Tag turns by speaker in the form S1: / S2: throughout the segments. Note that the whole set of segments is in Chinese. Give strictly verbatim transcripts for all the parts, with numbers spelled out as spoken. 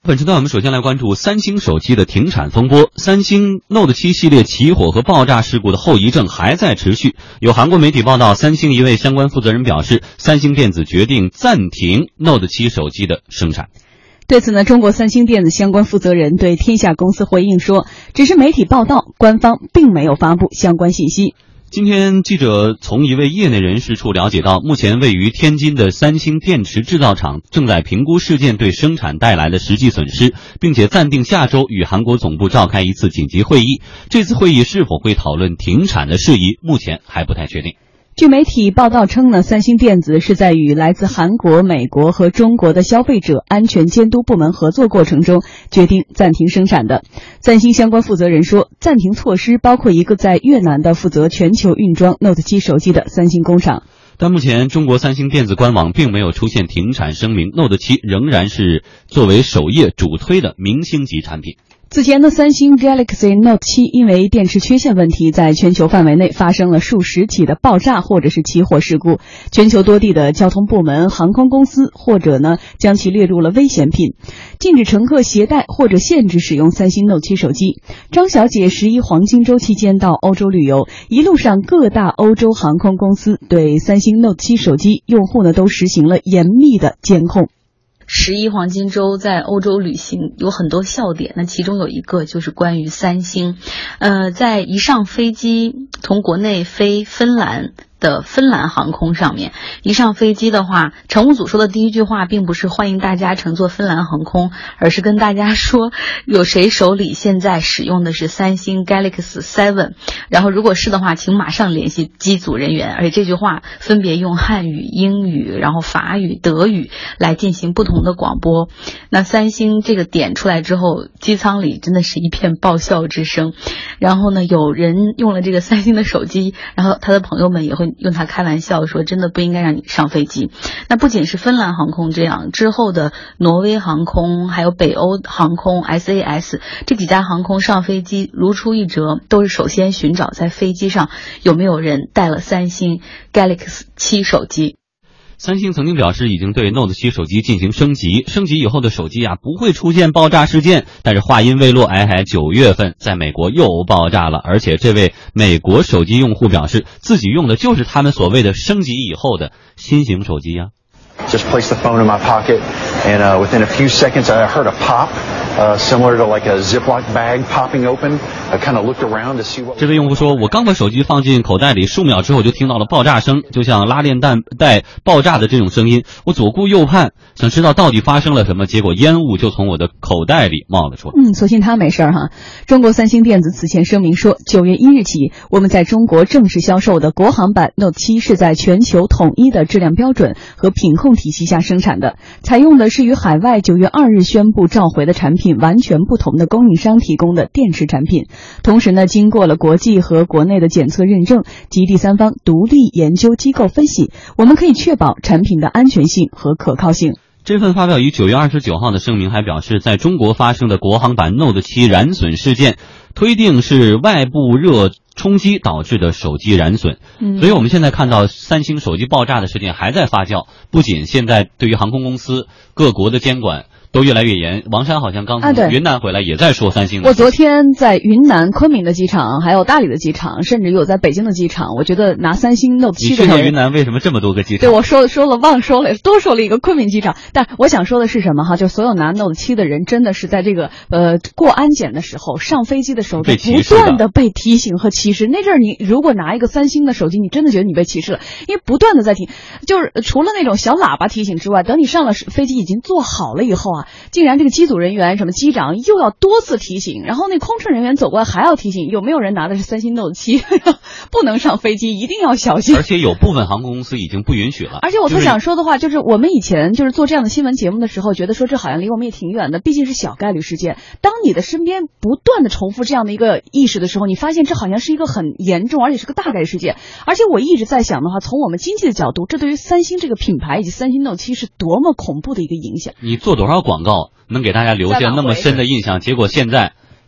S1: 本时段我们首先来关注三星手机的停产风波。三星 Note 七系列起火和爆炸事故的后遗症还在持续。有韩国媒体报道，三星一位相关负责人表示，三星电子决定暂停 Note 七手机的生产。
S2: 对此呢，中国三星电子相关负责人对天下公司回应说，只是媒体报道，官方并没有发布相关信息。
S1: 今天记者从一位业内人士处了解到，目前位于天津的三星电池制造厂正在评估事件对生产带来的实际损失，并且暂定下周与韩国总部召开一次紧急会议。这次会议是否会讨论停产的事宜，目前还不太确定。
S2: 据媒体报道称呢，三星电子是在与来自韩国、美国和中国的消费者安全监督部门合作过程中决定暂停生产的。三星相关负责人说，暂停措施包括一个在越南的负责全球运装 Note 七手机的三星工厂。
S1: 但目前中国三星电子官网并没有出现停产声明， Note 七仍然是作为首页主推的明星级产品。
S2: 此前的三星 Galaxy Note 七因为电池缺陷问题，在全球范围内发生了数十起的爆炸或者是起火事故，全球多地的交通部门、航空公司或者呢将其列入了危险品，禁止乘客携带或者限制使用三星 Note 七手机。张小姐十一黄金周期间到欧洲旅游，一路上各大欧洲航空公司对三星 Note 七手机用户呢都实行了严密的监控。
S3: 十一黄金周在欧洲旅行有很多笑点，那其中有一个就是关于三星，呃，在一上飞机从国内飞芬兰的芬兰航空上面，一上飞机的话，乘务组说的第一句话并不是欢迎大家乘坐芬兰航空，而是跟大家说有谁手里现在使用的是三星 Galaxy 七， 然后如果是的话请马上联系机组人员，而且这句话分别用汉语、英语、然后法语、德语来进行不同的广播。那三星这个点出来之后，机舱里真的是一片爆笑之声，然后呢有人用了这个三星的手机，然后他的朋友们也会用它开玩笑说真的不应该让你上飞机。那不仅是芬兰航空这样，之后的挪威航空还有北欧航空 S A S 这几家航空上飞机如出一辙，都是首先寻找在飞机上有没有人带了三星 Galaxy 七手机。
S1: 三星曾经表示已经对 Note 七手机进行升级，升级以后的手机啊不会出现爆炸事件，但是话音未落，哎嗨，九月份在美国又爆炸了，而且这位美国手机用户表示自己用的就是他们所谓的升级以后的新型手机啊。
S4: Just placed the phone in my pocket, and uh, within a few seconds, I heard a pop, uh, similar to like a Ziploc bag popping open. I kind of looked around to see what.
S1: 这位用户说，我刚把手机放进口袋里，数秒之后就听到了爆炸声，就像拉链带带爆炸的这种声音。我左顾右盼，想知道到底发生了什么，结果烟雾就从我的口袋里冒了出来。
S2: 嗯，所幸他没事哈。中国三星电子此前声明说，九月一日起，我们在中国正式销售的国行版 Note 七是在全球统一的质量标准和品控体系下生产的，采用的是与海外九月二日宣布召回的产品完全不同的供应商提供的电池产品，同时呢，经过了国际和国内的检测认证及第三方独立研究机构分析，我们可以确保产品的安全性和可靠性。
S1: 这份发表于九月二十九号的声明还表示，在中国发生的国行版 Note 七燃损事件推定是外部热冲击导致的手机燃损。
S2: 嗯，
S1: 所以我们现在看到三星手机爆炸的事件还在发酵，不仅现在对于航空公司各国的监管都越来越严，王珊好像刚从云南回来也在说三星的、
S2: 啊、我昨天在云南昆明的机场，还有大理的机场，甚至有在北京的机场，我觉得拿三星 Note 七的人，
S1: 你去到云南为什么这么多个机场？
S2: 对，我说说了忘说了，多说了一个昆明机场。但我想说的是什么哈？就所有拿 Note 七的人，真的是在这个呃过安检的时候，上飞机的时候，不断的被提醒和歧视。那阵儿你如果拿一个三星的手机，你真的觉得你被歧视了，因为不断的在提，就是除了那种小喇叭提醒之外，等你上了飞机已经坐好了以后啊，竟然这个机组人员什么机长又要多次提醒，然后那空乘人员走过来还要提醒，有没有人拿的是三星 Note 七不能上飞机，一定要小心。
S1: 而且有部分航空公司已经不允许了。
S2: 而且我特想说的话、就是、就是我们以前就是做这样的新闻节目的时候，觉得说这好像离我们也挺远的，毕竟是小概率事件。当你的身边不断的重复这样的一个意识的时候，你发现这好像是一个很严重而且是个大概率事件。而且我一直在想的话，从我们经济的角度，这对于三星这个品牌以及三星 Note 七是多么恐怖的一个影响。
S1: 你做多少广告能给大家留下那么深的印象，结果现在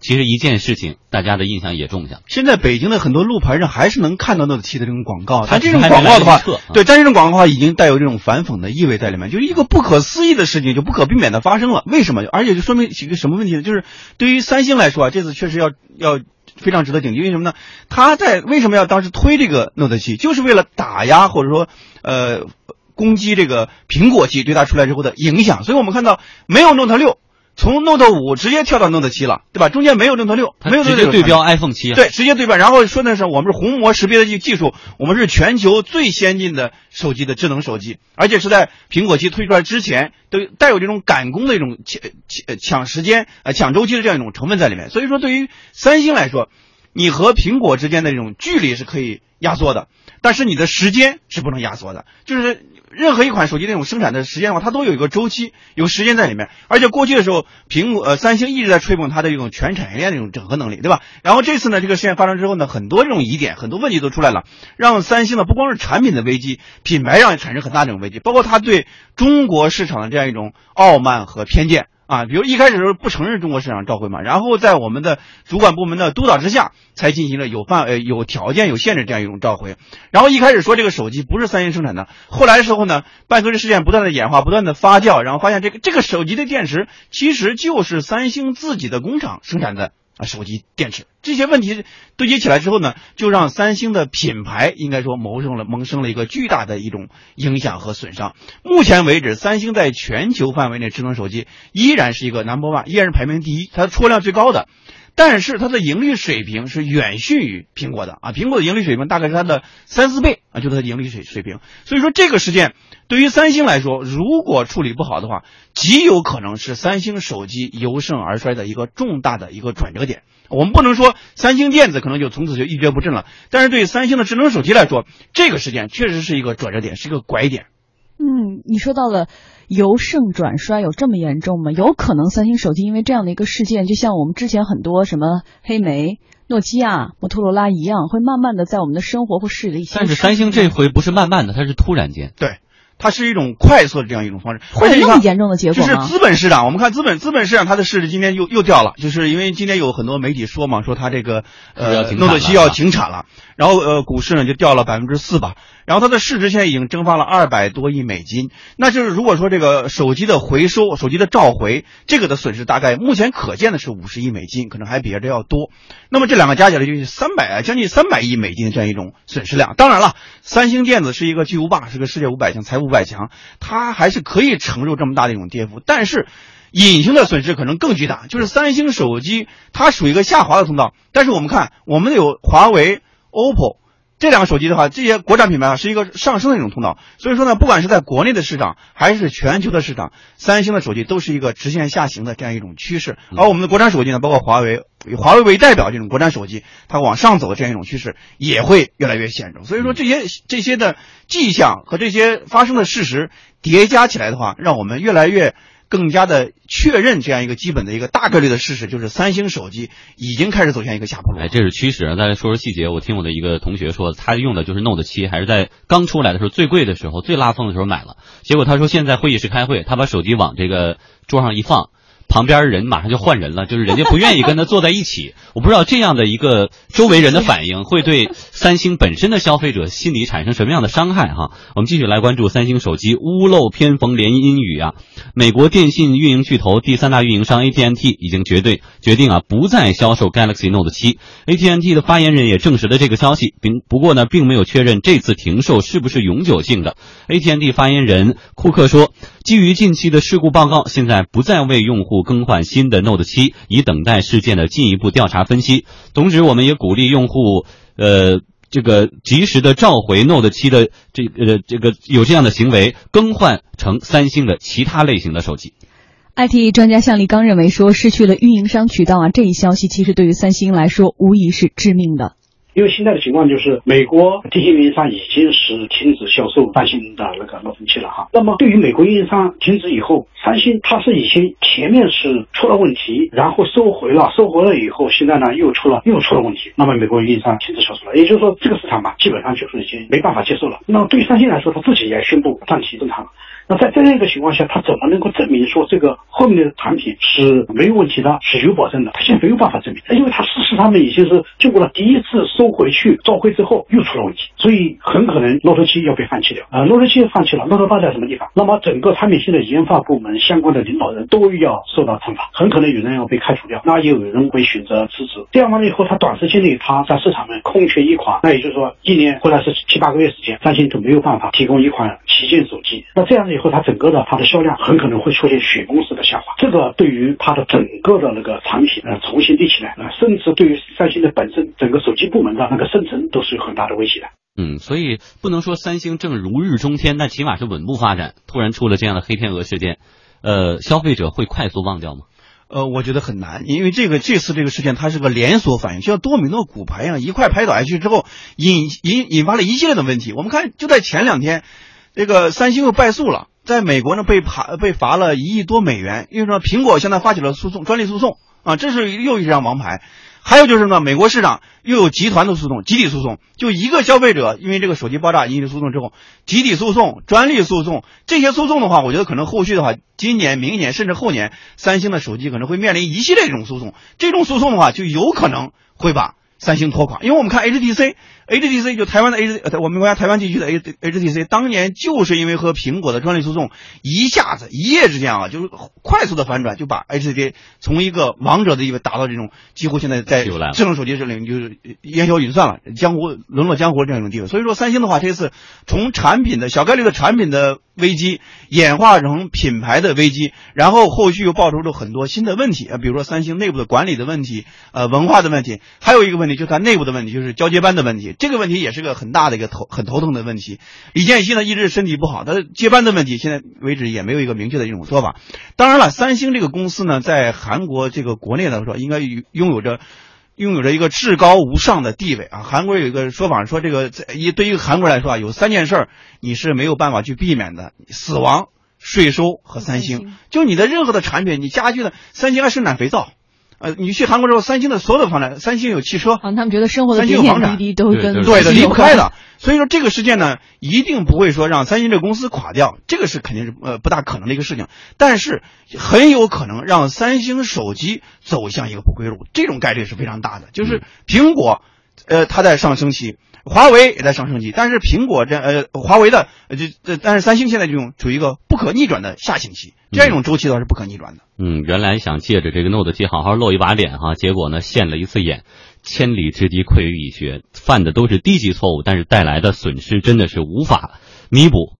S1: 其实一件事情大家的印象也种下。
S5: 现在北京的很多路牌上还是能看到 Note 七的这种广告，
S1: 它
S5: 这种广告的话，
S1: 嗯、
S5: 对，但这种广告的话已经带有这种反讽的意味在里面，就是一个不可思议的事情就不可避免的发生了。为什么？而且就说明一个什么问题呢？就是对于三星来说啊，这次确实要要非常值得警惕。为什么呢？他在为什么要当时推这个 Note 七，就是为了打压或者说呃攻击这个苹果机对它出来之后的影响。所以我们看到没有 Note 六。从 Note 五直接跳到 Note 七了，对吧？中间没有 Note 六，没有 Note 六，
S1: 直接对标 iPhone 七、啊。
S5: 对，直接对标。然后说的是我们是虹膜识别的技技术，我们是全球最先进的手机的智能手机，而且是在苹果七推出来之前，都带有这种赶工的一种抢抢时间、呃抢周期的这样一种成分在里面。所以说，对于三星来说，你和苹果之间的这种距离是可以压缩的，但是你的时间是不能压缩的，就是。任何一款手机那种生产的时间的话，它都有一个周期，有时间在里面。而且过去的时候，苹果呃三星一直在吹捧它的这种全产业链的这种整合能力，对吧？然后这次呢，这个事件发生之后呢，很多这种疑点、很多问题都出来了，让三星呢不光是产品的危机，品牌上也产生很大这种危机，包括它对中国市场的这样一种傲慢和偏见。啊，比如一开始的时候不承认中国市场召回嘛，然后在我们的主管部门的督导之下，才进行了有范呃有条件有限制这样一种召回。然后一开始说这个手机不是三星生产的，后来的时候呢，伴随着事件不断的演化，不断的发酵，然后发现这个这个手机的电池其实就是三星自己的工厂生产的啊手机电池。这些问题堆积起来之后呢，就让三星的品牌应该说萌生了萌生了一个巨大的一种影响和损伤。目前为止，三星在全球范围内智能手机依然是一个 number one， 依然是排名第一，它的出货量最高的。但是它的盈利水平是远逊于苹果的啊，苹果的盈利水平大概是它的三四倍啊，就是它的盈利水水平。所以说这个事件对于三星来说，如果处理不好的话，极有可能是三星手机由盛而衰的一个重大的一个转折点。我们不能说三星电子可能就从此就一蹶不振了，但是对于三星的智能手机来说，这个事件确实是一个转折点，是一个拐点。
S2: 嗯，你说到了由盛转衰，有这么严重吗？有可能三星手机因为这样的一个事件，就像我们之前很多什么黑莓、诺基亚、摩托罗拉一样，会慢慢的在我们的生活或视野里。
S1: 但是三星这回不是慢慢的，它是突然间。
S5: 对。它是一种快速的这样一种方式，
S2: 会有那么严重的结果吗？
S5: 就是资本市场，我们看资本资本市场它的市值今天又又掉了，就是因为今天有很多媒体说嘛，说它这个呃 Note 七要停产了，然后呃股市呢就掉了百分之四吧，然后它的市值现在已经蒸发了二百多亿美金，那就是如果说这个手机的回收、手机的召回，这个的损失大概目前可见的是五十亿美金，可能还比这要多。那么这两个加起来就是三百将近三百亿美金的这样一种损失量。当然了，三星电子是一个巨无霸，是个世界五百强、财富五百强。它还是可以承受这么大的一种跌幅，但是隐形的损失可能更巨大，就是三星手机它属于一个下滑的通道。但是我们看，我们有华为、O P P O 这两个手机的话，这些国产品牌啊是一个上升的一种通道。所以说呢，不管是在国内的市场还是全球的市场，三星的手机都是一个直线下行的这样一种趋势。而我们的国产手机呢，包括华为，以华为为代表这种国产手机，它往上走的这样一种趋势也会越来越显著。所以说这些这些的迹象和这些发生的事实叠加起来的话，让我们越来越更加的确认这样一个基本的一个大概率的事实，就是三星手机已经开始走向一个下坡路。
S1: 哎，这是趋势。再来说说细节，我听我的一个同学说，他用的就是 Note 七，还是在刚出来的时候最贵的时候、最拉风的时候买了。结果他说现在会议室开会，他把手机往这个桌上一放，旁边人马上就换人了，就是人家不愿意跟他坐在一起。我不知道这样的一个周围人的反应会对三星本身的消费者心理产生什么样的伤害哈。我们继续来关注三星手机屋漏偏逢连阴雨啊。美国电信运营巨头第三大运营商 A T and T 已经绝对决定啊不再销售 Galaxy Note 七。 A T and T 的发言人也证实了这个消息，并不过呢并没有确认这次停售是不是永久性的。 A T and T 发言人库克说，基于近期的事故报告，现在不再为用户更换新的 Note 七，以等待事件的进一步调查分析。同时我们也鼓励用户呃这个及时的召回 Note 七的这个这个有这样的行为，更换成三星的其他类型的手机。
S2: I T 专家向立刚认为说，失去了运营商渠道啊，这一消息其实对于三星来说无疑是致命的。
S6: 因为现在的情况就是，美国电信运营商已经是停止销售三星的那个 Note 七了哈。那么对于美国运营商停止以后，三星它是以前前面是出了问题，然后收回了，收回了以后，现在呢又出了又出了问题。那么美国运营商停止销售了，也就是说这个市场嘛，基本上就是已经没办法接受了。那对于三星来说，它自己也宣布暂停生产了。 那在这样一个情况下，他怎么能够证明说这个后面的产品是没有问题的，是有保证的？他现在没有办法证明，因为他事实上面已经是经过了第一次收回去召回之后又出了问题，所以很可能骆驼七要被放弃掉。呃，骆驼七放弃了，骆驼八在什么地方？那么整个产品线的研发部门相关的领导人都要受到惩罚，很可能有人要被开除掉，那也有人会选择辞职。这样完了以后，他短时间内他在市场上空缺一款，那也就是说一年或者是七八个月时间，三星就没有办法提供一款旗舰手机。那这样子以后，它整个的它的销量很可能会出现雪崩式的下滑，这个对于它的整个的那个产品呃重新立起来，呃甚至对于三星的本身整个手机部门的那个生存都是有很大的威胁的。
S1: 嗯，所以不能说三星正如日中天，但起码是稳步发展。突然出了这样的黑天鹅事件，呃，消费者会快速忘掉吗？
S5: 呃，我觉得很难，因为这个这次这个事件它是个连锁反应，就像多米诺骨牌一样，一块拍倒下去之后，引引引发了一系列的问题。我们看，就在前两天，这个三星又败诉了，在美国呢被罚被罚了一亿多美元，因为说苹果现在发起了诉讼，专利诉讼啊，这是又一张王牌。还有就是呢，美国市场又有集团的诉讼、集体诉讼，就一个消费者因为这个手机爆炸引起的诉讼之后，集体诉讼、专利诉讼，这些诉讼的话，我觉得可能后续的话，今年、明年甚至后年，三星的手机可能会面临一系列这种诉讼。这种诉讼的话，就有可能会把三星拖垮，因为我们看 H T C。H T C 就台湾的 H， 呃，我们国家台湾地区的 H T C， 当年就是因为和苹果的专利诉讼，一下子一夜之间啊，就是快速的反转，就把 H T C 从一个王者的地位打到这种几乎现在在智能手机这里就是烟消云散了，江湖沦落江湖这样一种地位。所以说，三星的话，这次从产品的小概率的产品的危机演化成品牌的危机，然后后续又爆出了很多新的问题啊，比如说三星内部的管理的问题，呃，文化的问题，还有一个问题就是它内部的问题，就是交接班的问题。这个问题也是个很大的一个头很头疼的问题。李健熙呢一直身体不好，他接班的问题现在为止也没有一个明确的一种说法。当然了，三星这个公司呢，在韩国这个国内来说，应该拥有着拥有着一个至高无上的地位啊。韩国有一个说法说，这个一对于韩国来说啊，有三件事你是没有办法去避免的：死亡、税收和三星。就你的任何的产品，你家具的，三星还生产肥皂。呃，你去韩国之后，三星的所有的房产，三星有汽车，
S2: 啊，他们觉得生活的点点滴滴都跟
S5: 对的离不开的。所以说这个事件呢，一定不会说让三星这个公司垮掉，这个是肯定是呃不大可能的一个事情。但是很有可能让三星手机走向一个不归路，这种概率是非常大的。就是苹果，呃，它在上升期。华为也在上升期，但是苹果这呃华为的呃就呃但是三星现在这种处于一个不可逆转的下行期，这样一种周期的话是不可逆转的。
S1: 嗯，原来想借着这个 Note 七好好露一把脸哈，结果呢现了一次眼，千里之堤溃于蚁穴，犯的都是低级错误，但是带来的损失真的是无法弥补。